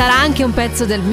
Sarà anche un pezzo del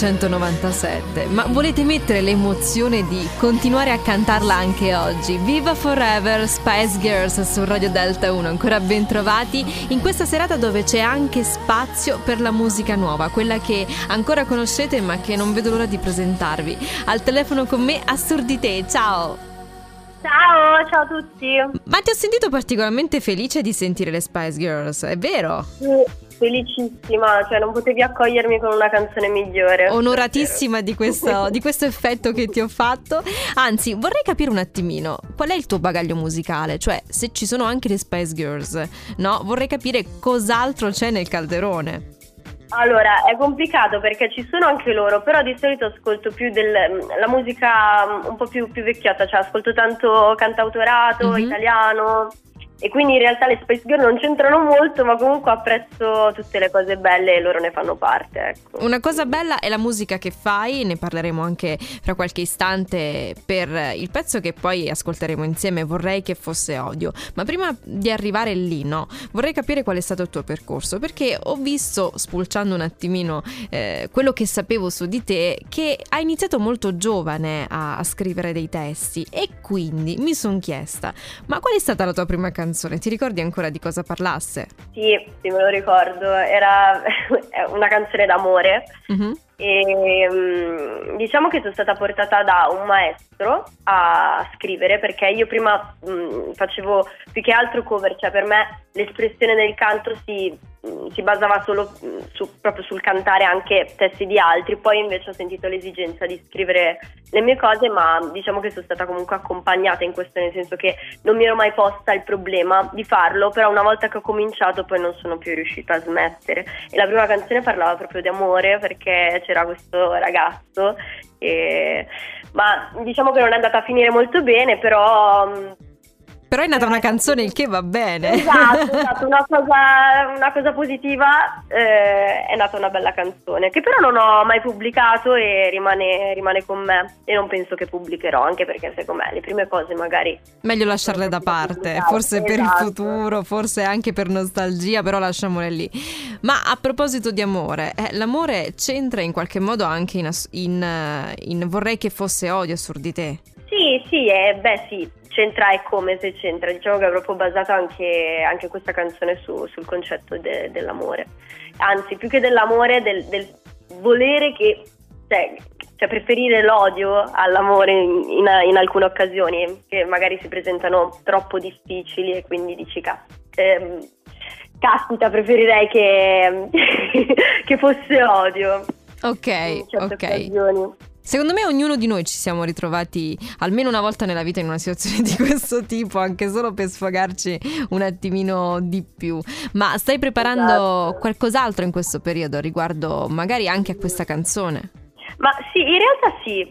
1997, ma volete mettere l'emozione di continuare a cantarla anche oggi? Viva Forever, Spice Girls su Radio Delta 1, ancora ben trovati in questa serata dove c'è anche spazio per la musica nuova, quella che ancora conoscete ma che non vedo l'ora di presentarvi. Al telefono con me Assurdité, ciao! Ciao a tutti. Ma ti ho sentito particolarmente felice di sentire le Spice Girls, è vero? Sì, felicissima, cioè non potevi accogliermi con una canzone migliore. Onoratissima di questo effetto che ti ho fatto. Anzi, vorrei capire un attimino qual è il tuo bagaglio musicale, cioè se ci sono anche le Spice Girls, no? Vorrei capire cos'altro c'è nel calderone. Allora, è complicato perché ci sono anche loro, però di solito ascolto più la musica un po' più vecchiotta, cioè ascolto tanto cantautorato, italiano, e quindi in realtà le Spice Girl non c'entrano molto, ma comunque apprezzo tutte le cose belle e loro ne fanno parte, ecco. Una cosa bella è la musica che fai, ne parleremo anche fra qualche istante per il pezzo che poi ascolteremo insieme, Vorrei che fosse odio. Ma prima di arrivare lì, no, vorrei capire qual è stato il tuo percorso, perché ho visto, spulciando un attimino quello che sapevo su di te, che hai iniziato molto giovane a scrivere dei testi, e quindi mi sono chiesta, ma qual è stata la tua prima canzone? Ti ricordi ancora di cosa parlasse? Sì, me lo ricordo, era una canzone d'amore. E diciamo che sono stata portata da un maestro a scrivere, perché io prima facevo più che altro cover, cioè per me l'espressione del canto si basava solo proprio sul cantare anche testi di altri. Poi invece ho sentito l'esigenza di scrivere le mie cose, ma diciamo che sono stata comunque accompagnata in questo, nel senso che non mi ero mai posta il problema di farlo, però una volta che ho cominciato poi non sono più riuscita a smettere. E la prima canzone parlava proprio di amore, perché c'era questo ragazzo ma diciamo che non è andata a finire molto bene, però è nata una canzone, il che va bene. Esatto, una cosa positiva, è nata una bella canzone, che però non ho mai pubblicato e rimane con me, e non penso che pubblicherò, anche perché secondo me le prime cose magari meglio lasciarle da parte, forse per il futuro, forse anche per nostalgia, però lasciamole lì. Ma a proposito di amore, l'amore c'entra in qualche modo anche in Vorrei che fosse odio, Assurdité? Sì, sì, c'entra, è come se c'entra, diciamo che è proprio basata anche questa canzone sul concetto dell'amore, anzi più che dell'amore, del volere che, cioè preferire l'odio all'amore in alcune occasioni che magari si presentano troppo difficili, e quindi dici caspita, preferirei che fosse odio. Ok. Occasioni. Secondo me ognuno di noi ci siamo ritrovati almeno una volta nella vita in una situazione di questo tipo, anche solo per sfogarci un attimino di più. Ma stai preparando qualcos'altro in questo periodo riguardo magari anche a questa canzone? Ma sì, in realtà sì,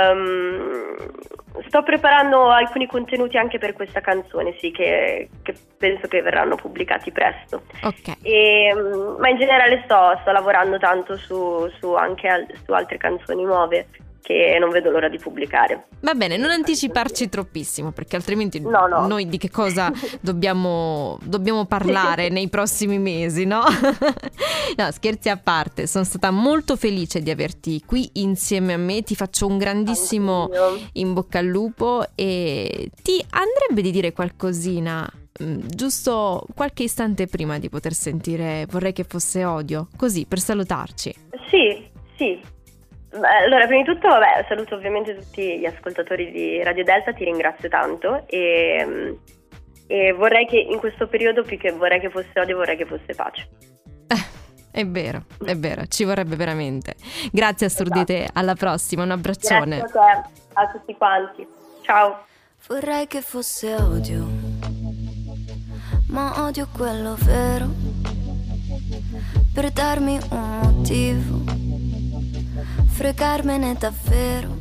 sto preparando alcuni contenuti anche per questa canzone, sì, che penso che verranno pubblicati presto. Ok. Ma in generale sto lavorando tanto anche su altre canzoni nuove che non vedo l'ora di pubblicare. Va bene, non anticiparci troppissimo, perché altrimenti no. Noi di che cosa dobbiamo parlare nei prossimi mesi, no? No, scherzi a parte, sono stata molto felice di averti qui insieme a me, ti faccio un grandissimo in bocca al lupo, e ti andrebbe di dire qualcosina giusto qualche istante prima di poter sentire Vorrei che fosse odio, così per salutarci? Sì. Allora, prima di tutto, saluto ovviamente tutti gli ascoltatori di Radio Delta, ti ringrazio tanto, e vorrei che in questo periodo, più che vorrei che fosse odio, vorrei che fosse pace. È vero, ci vorrebbe veramente. Grazie Assurdité, alla prossima, un abbraccione. Grazie a te, a tutti quanti, ciao. Vorrei che fosse odio, ma odio quello vero, per darmi un motivo, fregarmene davvero,